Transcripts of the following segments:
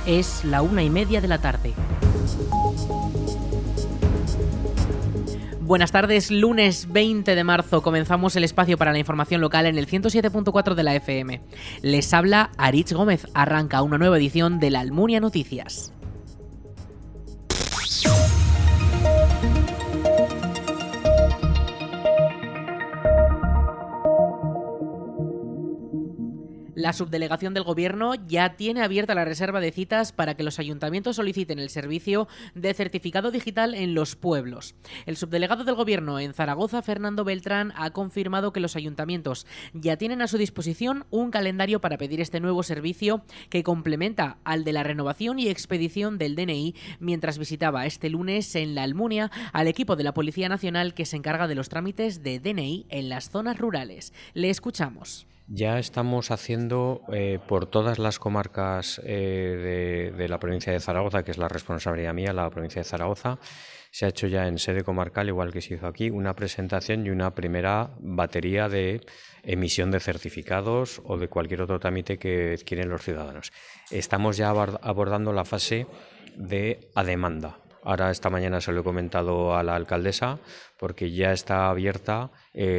Es la 1:30 de la tarde. Buenas tardes, lunes 20 de marzo comenzamos el espacio para la información local en el 107.4 de la FM. Les habla Aritz Gómez, arranca una nueva edición de la Almunia Noticias. La subdelegación del Gobierno ya tiene abierta la reserva de citas para que los ayuntamientos soliciten el servicio de certificado digital en los pueblos. El subdelegado del Gobierno en Zaragoza, Fernando Beltrán, ha confirmado que los ayuntamientos ya tienen a su disposición un calendario para pedir este nuevo servicio que complementa al de la renovación y expedición del DNI, mientras visitaba este lunes en la Almunia al equipo de la Policía Nacional que se encarga de los trámites de DNI en las zonas rurales. Le escuchamos. Ya estamos haciendo por todas las comarcas de la provincia de Zaragoza, que es la responsabilidad mía, la provincia de Zaragoza. Se ha hecho ya en sede comarcal, igual que se hizo aquí, una presentación y una primera batería de emisión de certificados o de cualquier otro trámite que quieren los ciudadanos. Estamos ya abordando la fase de a demanda. Ahora esta mañana se lo he comentado a la alcaldesa porque ya está abierta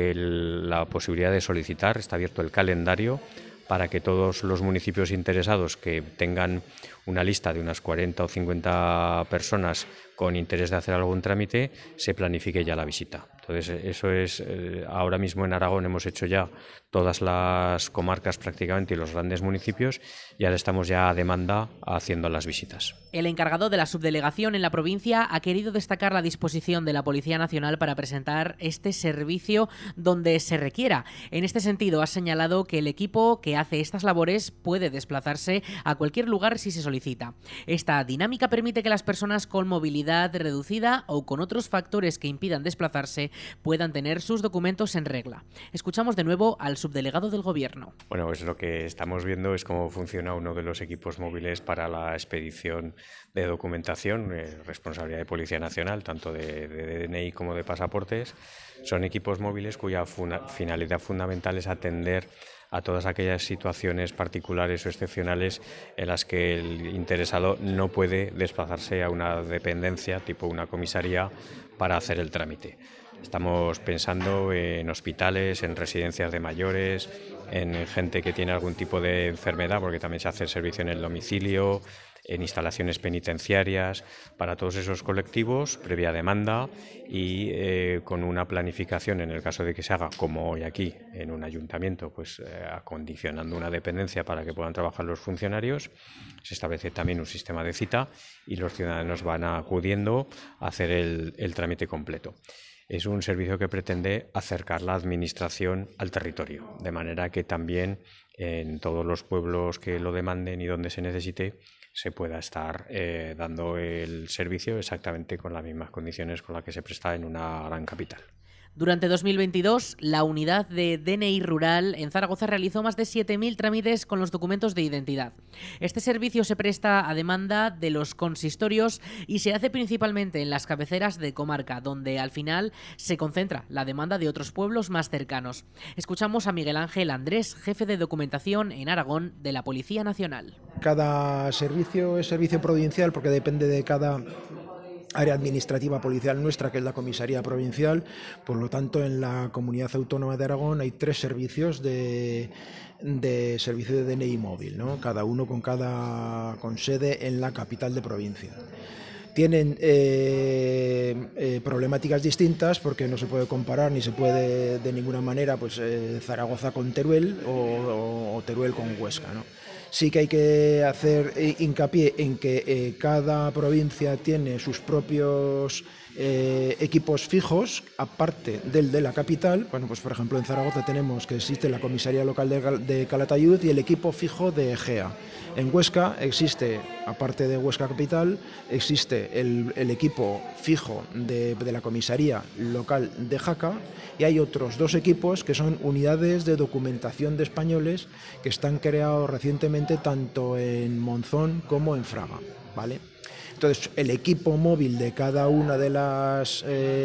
la posibilidad de solicitar, está abierto el calendario para que todos los municipios interesados que tengan una lista de unas 40 o 50 personas con interés de hacer algún trámite, se planifique ya la visita. Entonces, eso es, ahora mismo en Aragón hemos hecho ya todas las comarcas prácticamente y los grandes municipios y ahora estamos ya a demanda haciendo las visitas. El encargado de la subdelegación en la provincia ha querido destacar la disposición de la Policía Nacional para presentar este servicio donde se requiera. En este sentido, ha señalado que el equipo que hace estas labores puede desplazarse a cualquier lugar si se solicita. Esta dinámica permite que las personas con movilidad reducida o con otros factores que impidan desplazarse puedan tener sus documentos en regla. Escuchamos de nuevo al subdelegado del Gobierno. Bueno, pues lo que estamos viendo es cómo funciona uno de los equipos móviles para la expedición de documentación, responsabilidad de Policía Nacional, tanto de DNI como de pasaportes. Son equipos móviles cuya finalidad fundamental es atender a todas aquellas situaciones particulares o excepcionales en las que el interesado no puede desplazarse a una dependencia, tipo una comisaría, para hacer el trámite. Estamos pensando en hospitales, en residencias de mayores, en gente que tiene algún tipo de enfermedad, porque también se hace el servicio en el domicilio, en instalaciones penitenciarias, para todos esos colectivos, previa demanda y con una planificación, en el caso de que se haga, como hoy aquí, en un ayuntamiento, pues acondicionando una dependencia para que puedan trabajar los funcionarios. Se establece también un sistema de cita y los ciudadanos van acudiendo a hacer el trámite completo. Es un servicio que pretende acercar la administración al territorio, de manera que también en todos los pueblos que lo demanden y donde se necesite se pueda estar dando el servicio exactamente con las mismas condiciones con las que se presta en una gran capital. Durante 2022, la unidad de DNI rural en Zaragoza realizó más de 7.000 trámites con los documentos de identidad. Este servicio se presta a demanda de los consistorios y se hace principalmente en las cabeceras de comarca, donde al final se concentra la demanda de otros pueblos más cercanos. Escuchamos a Miguel Ángel Andrés, jefe de documentación en Aragón de la Policía Nacional. Cada servicio es servicio provincial porque depende de cada área administrativa policial nuestra, que es la comisaría provincial. Por lo tanto, en la Comunidad Autónoma de Aragón hay 3 servicios de servicio de DNI móvil, ¿no? Cada uno con sede en la capital de provincia. Tienen problemáticas distintas porque no se puede comparar ni se puede de ninguna manera pues Zaragoza con Teruel o Teruel con Huesca, ¿no? Sí que hay que hacer hincapié en que cada provincia tiene sus propios equipos fijos, aparte del de la capital. Bueno, pues por ejemplo en Zaragoza tenemos que existe la comisaría local de Calatayud y el equipo fijo de Egea. En Huesca existe, aparte de Huesca Capital, existe el equipo fijo de la comisaría local de Jaca, y hay otros 2 equipos que son unidades de documentación de españoles que están creados recientemente tanto en Monzón como en Fraga, ¿vale? Entonces, el equipo móvil de cada una de las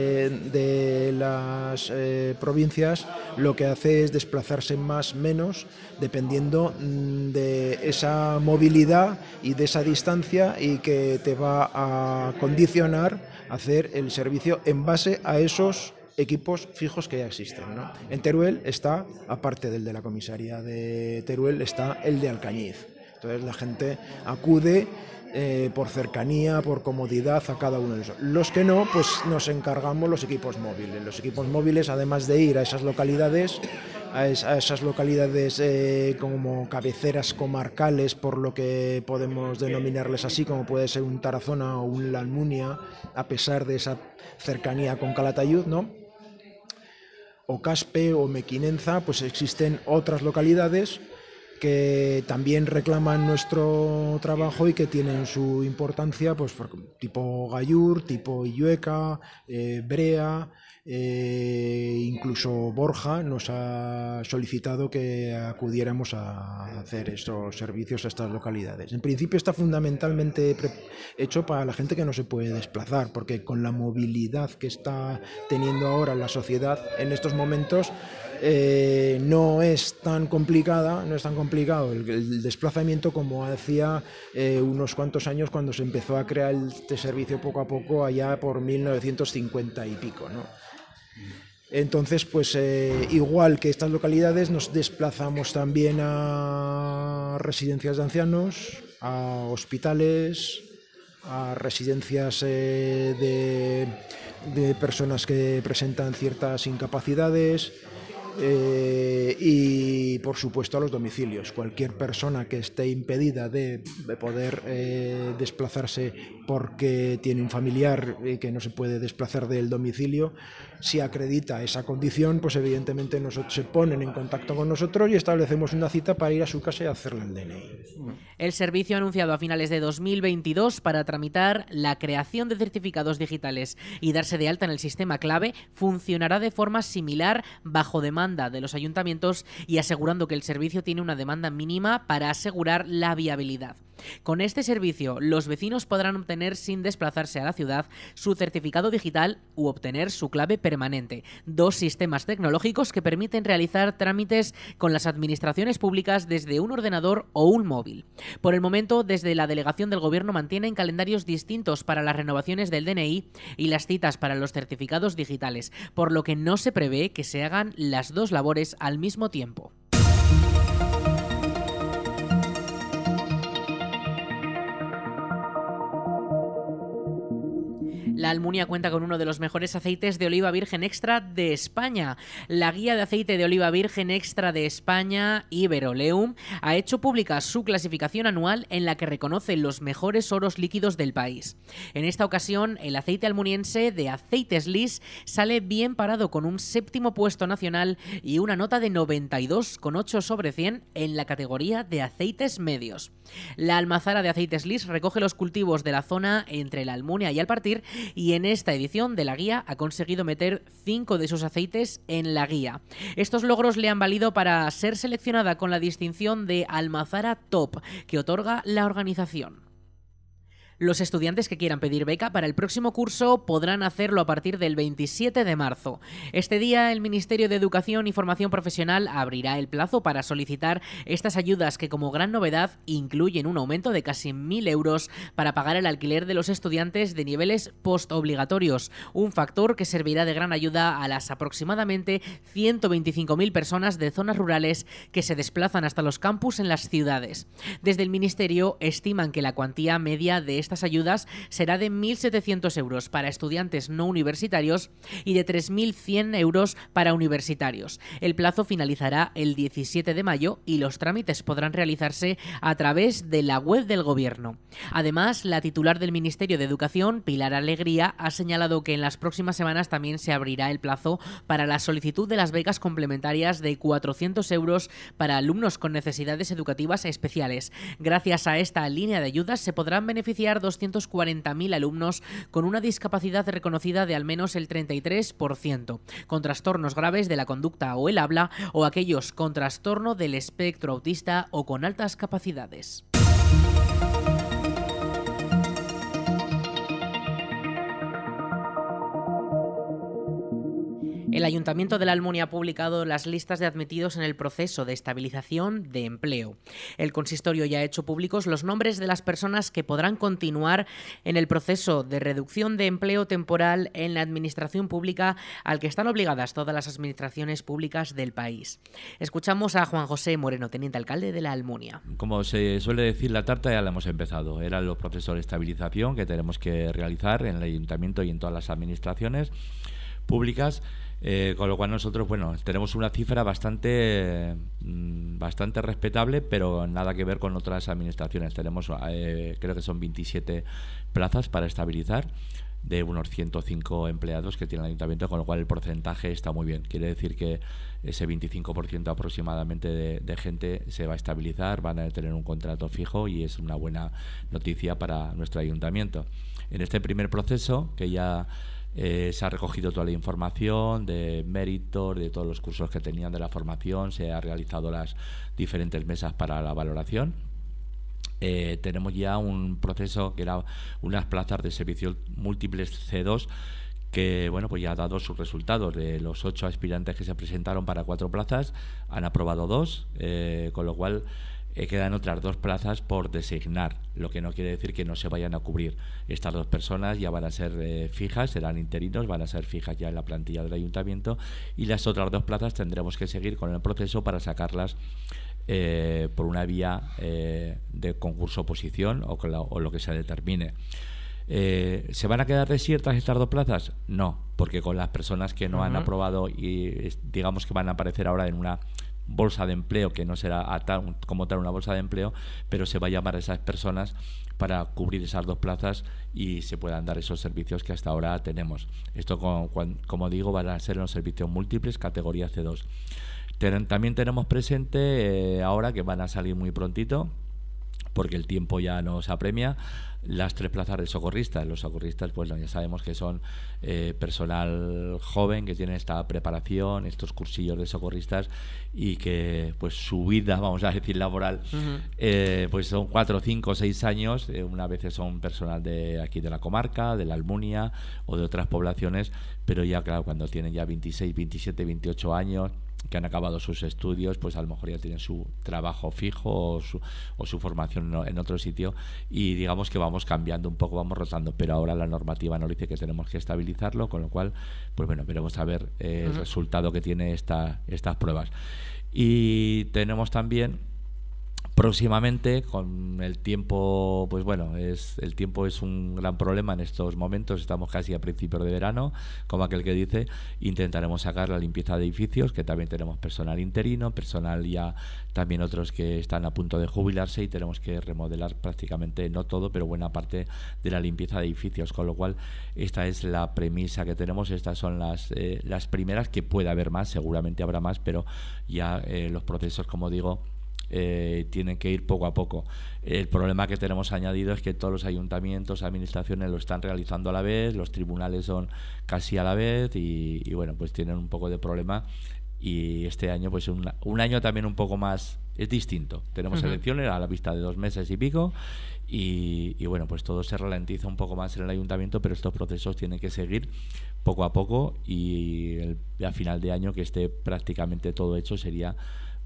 provincias lo que hace es desplazarse más, menos, dependiendo de esa movilidad y de esa distancia, y que te va a condicionar a hacer el servicio en base a esos equipos fijos que ya existen, ¿no? En Teruel está, aparte del de la comisaría de Teruel, está el de Alcañiz. Entonces la gente acude por cercanía, por comodidad a cada uno de esos. Los que no, pues nos encargamos los equipos móviles. Los equipos móviles, además de ir a esas localidades, como cabeceras comarcales, por lo que podemos denominarles así, como puede ser un Tarazona o un La Almunia, a pesar de esa cercanía con Calatayud, ¿no? O Caspe o Mequinenza, pues existen otras localidades que también reclaman nuestro trabajo y que tienen su importancia, pues tipo Gallur, tipo Illueca, Brea, incluso Borja nos ha solicitado que acudiéramos a hacer estos servicios a estas localidades. En principio está fundamentalmente hecho para la gente que no se puede desplazar, porque con la movilidad que está teniendo ahora la sociedad en estos momentos, no es tan complicado el desplazamiento como hacía unos cuantos años, cuando se empezó a crear este servicio poco a poco, allá por 1950 y pico, ¿no? Entonces, pues igual que estas localidades, nos desplazamos también a residencias de ancianos, a hospitales, a residencias de personas que presentan ciertas incapacidades, y por supuesto a los domicilios. Cualquier persona que esté impedida de poder desplazarse porque tiene un familiar que no se puede desplazar del domicilio, si acredita esa condición, pues evidentemente se ponen en contacto con nosotros y establecemos una cita para ir a su casa y hacerle el DNI. El servicio ha anunciado a finales de 2022 para tramitar la creación de certificados digitales y darse de alta en el sistema clave funcionará de forma similar bajo demanda de los ayuntamientos y asegurando que el servicio tiene una demanda mínima para asegurar la viabilidad. Con este servicio, los vecinos podrán obtener sin desplazarse a la ciudad su certificado digital u obtener su clave permanente, dos sistemas tecnológicos que permiten realizar trámites con las administraciones públicas desde un ordenador o un móvil. Por el momento, desde la delegación del Gobierno mantienen calendarios distintos para las renovaciones del DNI y las citas para los certificados digitales, por lo que no se prevé que se hagan las dos labores al mismo tiempo. La Almunia cuenta con uno de los mejores aceites de oliva virgen extra de España. La guía de aceite de oliva virgen extra de España, Iberoleum, ha hecho pública su clasificación anual en la que reconoce los mejores oros líquidos del país. En esta ocasión, el aceite almuniense de Aceites Lis sale bien parado con un 7º puesto nacional y una nota de 92,8 sobre 100 en la categoría de aceites medios. La almazara de Aceites Lis recoge los cultivos de la zona entre la Almunia y Alpartir y en esta edición de la guía ha conseguido meter 5 de sus aceites en la guía. Estos logros le han valido para ser seleccionada con la distinción de Almazara Top que otorga la organización. Los estudiantes que quieran pedir beca para el próximo curso podrán hacerlo a partir del 27 de marzo. Este día el Ministerio de Educación y Formación Profesional abrirá el plazo para solicitar estas ayudas que, como gran novedad, incluyen un aumento de casi 1.000 euros para pagar el alquiler de los estudiantes de niveles postobligatorios, un factor que servirá de gran ayuda a las aproximadamente 125.000 personas de zonas rurales que se desplazan hasta los campus en las ciudades. Desde el Ministerio estiman que la cuantía media de estas ayudas será de 1.700 euros para estudiantes no universitarios y de 3.100 euros para universitarios. El plazo finalizará el 17 de mayo y los trámites podrán realizarse a través de la web del Gobierno. Además, la titular del Ministerio de Educación, Pilar Alegría, ha señalado que en las próximas semanas también se abrirá el plazo para la solicitud de las becas complementarias de 400 euros para alumnos con necesidades educativas especiales. Gracias a esta línea de ayudas se podrán beneficiar 240.000 alumnos con una discapacidad reconocida de al menos el 33%, con trastornos graves de la conducta o el habla, o aquellos con trastorno del espectro autista o con altas capacidades. El Ayuntamiento de la Almunia ha publicado las listas de admitidos en el proceso de estabilización de empleo. El consistorio ya ha hecho públicos los nombres de las personas que podrán continuar en el proceso de reducción de empleo temporal en la administración pública al que están obligadas todas las administraciones públicas del país. Escuchamos a Juan José Moreno, teniente alcalde de la Almunia. Como se suele decir, la tarta ya la hemos empezado. Eran los procesos de estabilización que tenemos que realizar en el Ayuntamiento y en todas las administraciones públicas. Con lo cual nosotros, tenemos una cifra bastante respetable, pero nada que ver con otras administraciones. Tenemos, creo que son 27 plazas para estabilizar de unos 105 empleados que tiene el Ayuntamiento, con lo cual el porcentaje está muy bien. Quiere decir que ese 25% aproximadamente de gente se va a estabilizar, van a tener un contrato fijo y es una buena noticia para nuestro Ayuntamiento. En este primer proceso, que ya se ha recogido toda la información de méritos, de todos los cursos que tenían de la formación, se han realizado las diferentes mesas para la valoración. Tenemos ya un proceso que era unas plazas de servicios múltiples C2 que pues ya ha dado sus resultados. De los 8 aspirantes que se presentaron para 4 plazas, han aprobado 2, con lo cual quedan otras 2 plazas por designar, lo que no quiere decir que no se vayan a cubrir. Estas 2 personas ya van a ser fijas, serán interinos, van a ser fijas ya en la plantilla del Ayuntamiento, y las otras 2 plazas tendremos que seguir con el proceso para sacarlas por una vía de concurso-oposición o lo que se determine. ¿Se van a quedar desiertas estas 2 plazas? No, porque con las personas que no han aprobado y digamos que van a aparecer ahora en una bolsa de empleo, que no será como tal una bolsa de empleo, pero se va a llamar a esas personas para cubrir esas 2 plazas y se puedan dar esos servicios que hasta ahora tenemos. Esto, como digo, van a ser los servicios múltiples, categoría C2. También tenemos presente, ahora que van a salir muy prontito, porque el tiempo ya nos apremia, las 3 plazas de socorristas. Los socorristas, ya sabemos que son personal joven que tiene esta preparación, estos cursillos de socorristas, y que su vida, vamos a decir, laboral, son 4, 5, 6 años. Una vez son personal de aquí de la comarca, de la Almunia o de otras poblaciones, pero ya claro, cuando tienen ya 26, 27, 28 años, que han acabado sus estudios, a lo mejor ya tienen su trabajo fijo o su formación en otro sitio, y digamos que vamos cambiando un poco, vamos rotando, pero ahora la normativa nos dice que tenemos que estabilizarlo, con lo cual veremos a ver el resultado que tiene estas pruebas. Y tenemos también próximamente, con el tiempo, el tiempo es un gran problema en estos momentos. Estamos casi a principios de verano, como aquel que dice. Intentaremos sacar la limpieza de edificios, que también tenemos personal interino, personal ya también otros que están a punto de jubilarse, y tenemos que remodelar prácticamente, no todo, pero buena parte de la limpieza de edificios, con lo cual esta es la premisa que tenemos. Estas son las primeras, que puede haber más, seguramente habrá más, pero ya los procesos, como digo, tienen que ir poco a poco. El problema que tenemos añadido es que todos los ayuntamientos, administraciones lo están realizando a la vez, los tribunales son casi a la vez, y tienen un poco de problema. Y este año, un año también un poco más, es distinto. Tenemos elecciones a la vista de 2 meses y pico, y todo se ralentiza un poco más en el ayuntamiento, pero estos procesos tienen que seguir poco a poco, y a final de año que esté prácticamente todo hecho sería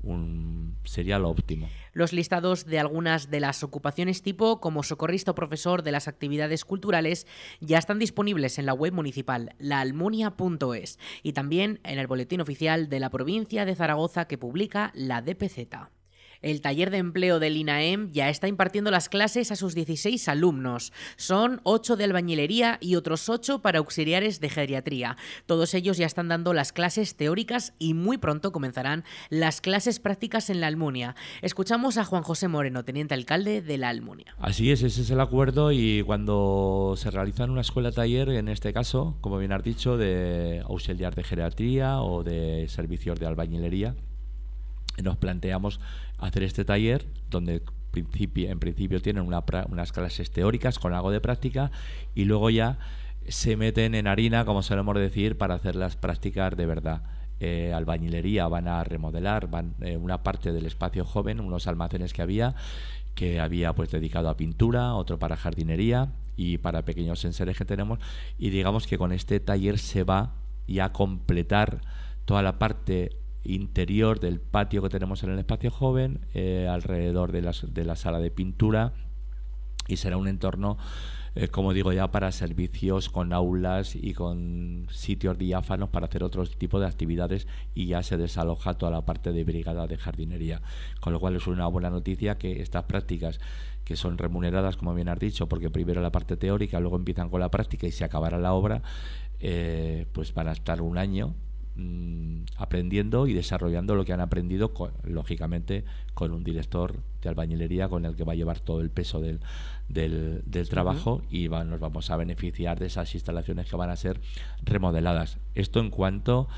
lo óptimo. Los listados de algunas de las ocupaciones tipo, como socorrista o profesor de las actividades culturales, ya están disponibles en la web municipal, laalmunia.es, y también en el boletín oficial de la provincia de Zaragoza que publica la DPZ. El taller de empleo del INAEM ya está impartiendo las clases a sus 16 alumnos. Son 8 de albañilería y otros 8 para auxiliares de geriatría. Todos ellos ya están dando las clases teóricas y muy pronto comenzarán las clases prácticas en la Almunia. Escuchamos a Juan José Moreno, teniente alcalde de la Almunia. Así es, ese es el acuerdo, y cuando se realiza en una escuela taller, en este caso, como bien has dicho, de auxiliar de geriatría o de servicios de albañilería, nos planteamos hacer este taller donde en principio tienen unas clases teóricas con algo de práctica, y luego ya se meten en harina, como solemos decir, para hacer las prácticas de verdad. Albañilería, van a remodelar una parte del espacio joven, unos almacenes que había dedicado a pintura, otro para jardinería y para pequeños enseres que tenemos, y digamos que con este taller se va y a completar toda la parte interior del patio que tenemos en el espacio joven, alrededor de la sala de pintura, y será un entorno, como digo ya, para servicios con aulas y con sitios diáfanos para hacer otro tipo de actividades, y ya se desaloja toda la parte de brigada de jardinería, con lo cual es una buena noticia que estas prácticas, que son remuneradas, como bien has dicho, porque primero la parte teórica, luego empiezan con la práctica y se acabará la obra, pues van a estar un año aprendiendo y desarrollando lo que han aprendido, lógicamente con un director de albañilería con el que va a llevar todo el peso del trabajo, y nos vamos a beneficiar de esas instalaciones que van a ser remodeladas. Esto en cuanto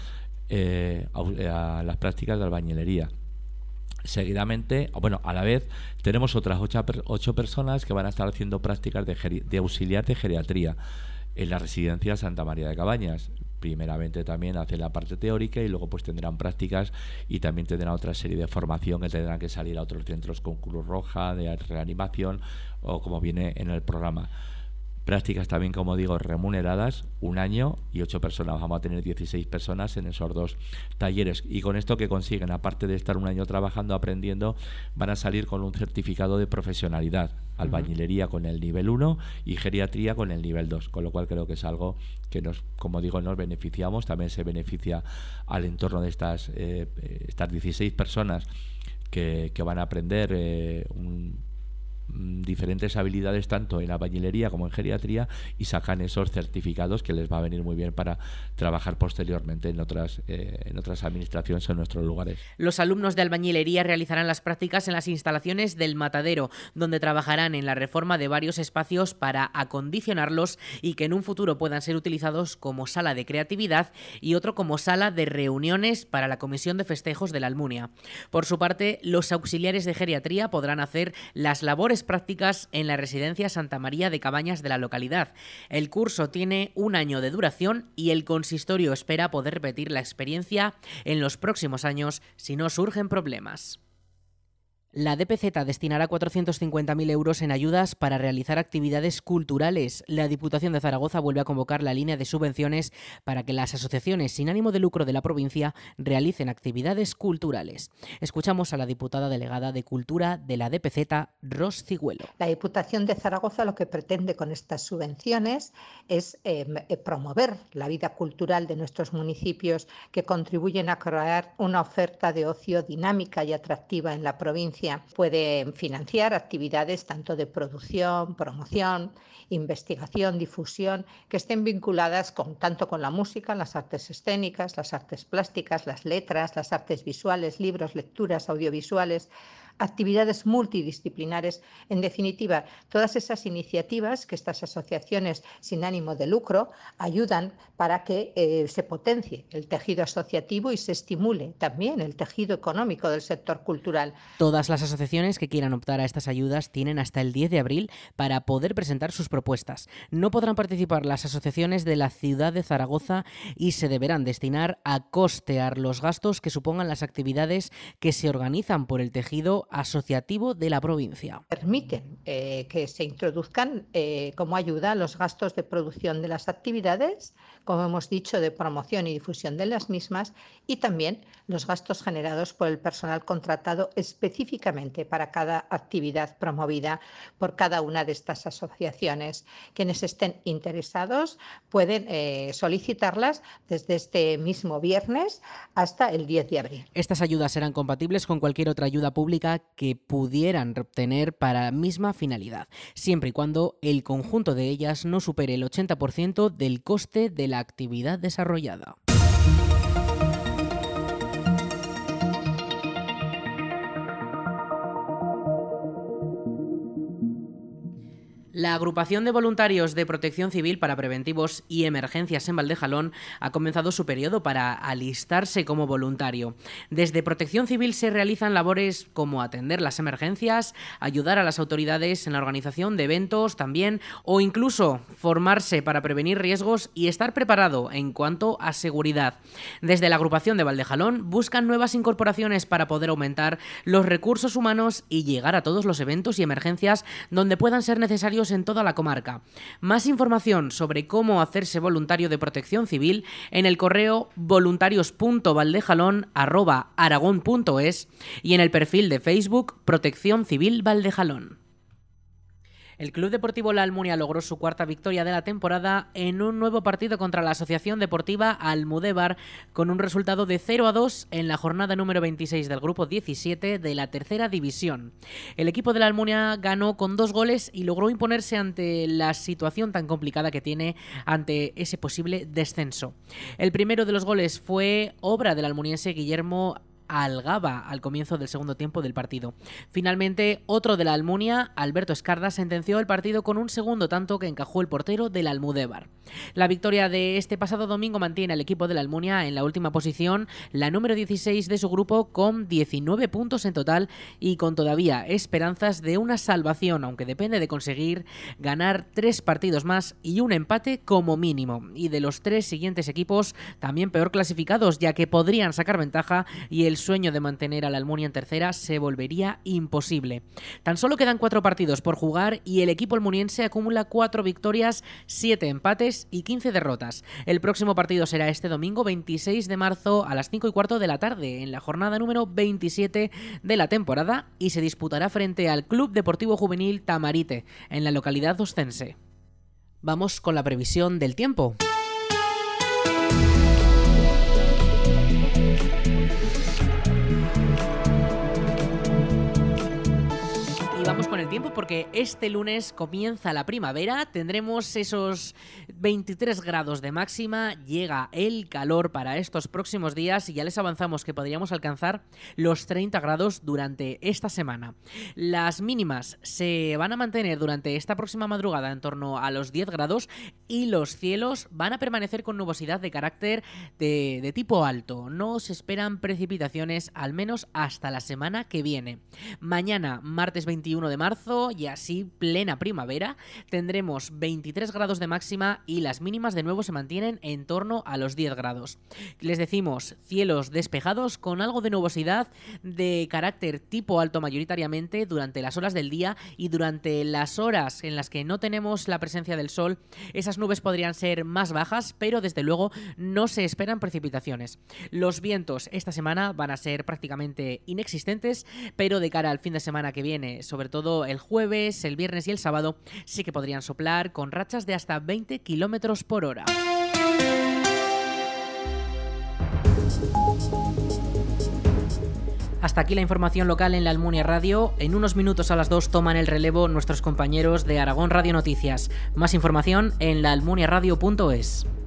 a las prácticas de albañilería. Seguidamente, a la vez tenemos otras 8 personas que van a estar haciendo prácticas de auxiliar de geriatría en la residencia Santa María de Cabañas. Primeramente también hacen la parte teórica y luego pues tendrán prácticas, y también tendrán otra serie de formación que tendrán que salir a otros centros con Cruz Roja, de reanimación, o como viene en el programa. Prácticas también, como digo, remuneradas, un año, y 8 personas. Vamos a tener 16 personas en esos 2 talleres, y con esto que consiguen, aparte de estar un año trabajando, aprendiendo, van a salir con un certificado de profesionalidad, albañilería con el nivel 1 y geriatría con el nivel 2, con lo cual creo que es algo que como digo, nos beneficiamos. También se beneficia al entorno de estas 16 personas que van a aprender diferentes habilidades tanto en albañilería como en geriatría, y sacan esos certificados que les va a venir muy bien para trabajar posteriormente en otras administraciones en nuestros lugares. Los alumnos de albañilería realizarán las prácticas en las instalaciones del Matadero, donde trabajarán en la reforma de varios espacios para acondicionarlos y que en un futuro puedan ser utilizados como sala de creatividad y otro como sala de reuniones para la Comisión de Festejos de la Almunia. Por su parte, los auxiliares de geriatría podrán hacer las labores prácticas en la residencia Santa María de Cabañas de la localidad. El curso tiene un año de duración y el consistorio espera poder repetir la experiencia en los próximos años si no surgen problemas. La DPZ destinará 450.000 euros en ayudas para realizar actividades culturales. La Diputación de Zaragoza vuelve a convocar la línea de subvenciones para que las asociaciones sin ánimo de lucro de la provincia realicen actividades culturales. Escuchamos a la diputada delegada de Cultura de la DPZ, Ros Cigüelo. La Diputación de Zaragoza lo que pretende con estas subvenciones es promover la vida cultural de nuestros municipios, que contribuyen a crear una oferta de ocio dinámica y atractiva en la provincia. Puede financiar actividades tanto de producción, promoción, investigación, difusión, que estén vinculadas tanto con la música, las artes escénicas, las artes plásticas, las letras, las artes visuales, libros, lecturas, audiovisuales, actividades multidisciplinares. En definitiva, todas esas iniciativas que estas asociaciones sin ánimo de lucro ayudan para que se potencie el tejido asociativo y se estimule también el tejido económico del sector cultural. Todas las asociaciones que quieran optar a estas ayudas tienen hasta el 10 de abril para poder presentar sus propuestas. No podrán participar las asociaciones de la ciudad de Zaragoza y se deberán destinar a costear los gastos que supongan las actividades que se organizan por el tejido asociativo de la provincia. Permiten que se introduzcan como ayuda los gastos de producción de las actividades, como hemos dicho, de promoción y difusión de las mismas, y también los gastos generados por el personal contratado específicamente para cada actividad promovida por cada una de estas asociaciones. Quienes estén interesados pueden solicitarlas desde este mismo viernes hasta el 10 de abril. Estas ayudas serán compatibles con cualquier otra ayuda pública que pudieran obtener para la misma finalidad, siempre y cuando el conjunto de ellas no supere el 80% del coste de la actividad desarrollada. La agrupación de voluntarios de Protección Civil para Preventivos y Emergencias en Valdejalón ha comenzado su periodo para alistarse como voluntario. Desde Protección Civil se realizan labores como atender las emergencias, ayudar a las autoridades en la organización de eventos también, o incluso formarse para prevenir riesgos y estar preparado en cuanto a seguridad. Desde la agrupación de Valdejalón buscan nuevas incorporaciones para poder aumentar los recursos humanos y llegar a todos los eventos y emergencias donde puedan ser necesarios voluntarios en toda la comarca. Más información sobre cómo hacerse voluntario de Protección Civil en el correo voluntarios.valdejalón@aragon.es y en el perfil de Facebook Protección Civil Valdejalón. El Club Deportivo La Almunia logró su cuarta victoria de la temporada en un nuevo partido contra la Asociación Deportiva Almudévar con un resultado de 0-2 en la jornada número 26 del grupo 17 de la tercera división. El equipo de La Almunia ganó con 2 goles y logró imponerse ante la situación tan complicada que tiene ante ese posible descenso. El primero de los goles fue obra del almuniense Guillermo Algaba al comienzo del segundo tiempo del partido. Finalmente, otro de la Almunia, Alberto Escarda, sentenció el partido con un segundo tanto que encajó el portero del Almudévar. La victoria de este pasado domingo mantiene al equipo de la Almunia en la última posición, la número 16 de su grupo, con 19 puntos en total y con todavía esperanzas de una salvación, aunque depende de conseguir ganar 3 partidos más y un empate como mínimo. Y de los 3 siguientes equipos, también peor clasificados, ya que podrían sacar ventaja y el sueño de mantener a la Almunia en tercera se volvería imposible. Tan solo quedan 4 partidos por jugar y el equipo almuniense acumula 4 victorias, 7 empates y 15 derrotas. El próximo partido será este domingo 26 de marzo a las 5:15 de la tarde en la jornada número 27 de la temporada y se disputará frente al Club Deportivo Juvenil Tamarite en la localidad oscense. Vamos con la previsión del tiempo. Vamos con el tiempo porque este lunes comienza la primavera, tendremos esos 23 grados de máxima, llega el calor para estos próximos días y ya les avanzamos que podríamos alcanzar los 30 grados durante esta semana. Las mínimas se van a mantener durante esta próxima madrugada en torno a los 10 grados y los cielos van a permanecer con nubosidad de carácter de tipo alto. No se esperan precipitaciones al menos hasta la semana que viene. Mañana, martes 21 de marzo, y así plena primavera, tendremos 23 grados de máxima y las mínimas de nuevo se mantienen en torno a los 10 grados. Les decimos cielos despejados con algo de nubosidad de carácter tipo alto mayoritariamente durante las horas del día y durante las horas en las que no tenemos la presencia del sol, esas nubes podrían ser más bajas, pero desde luego no se esperan precipitaciones. Los vientos esta semana van a ser prácticamente inexistentes, pero de cara al fin de semana que viene, sobre todo el jueves, el viernes y el sábado, sí que podrían soplar con rachas de hasta 20 kilómetros por hora. Hasta aquí la información local en la Almunia Radio. En unos minutos a las 2 toman el relevo nuestros compañeros de Aragón Radio Noticias. Más información en laalmuniaradio.es.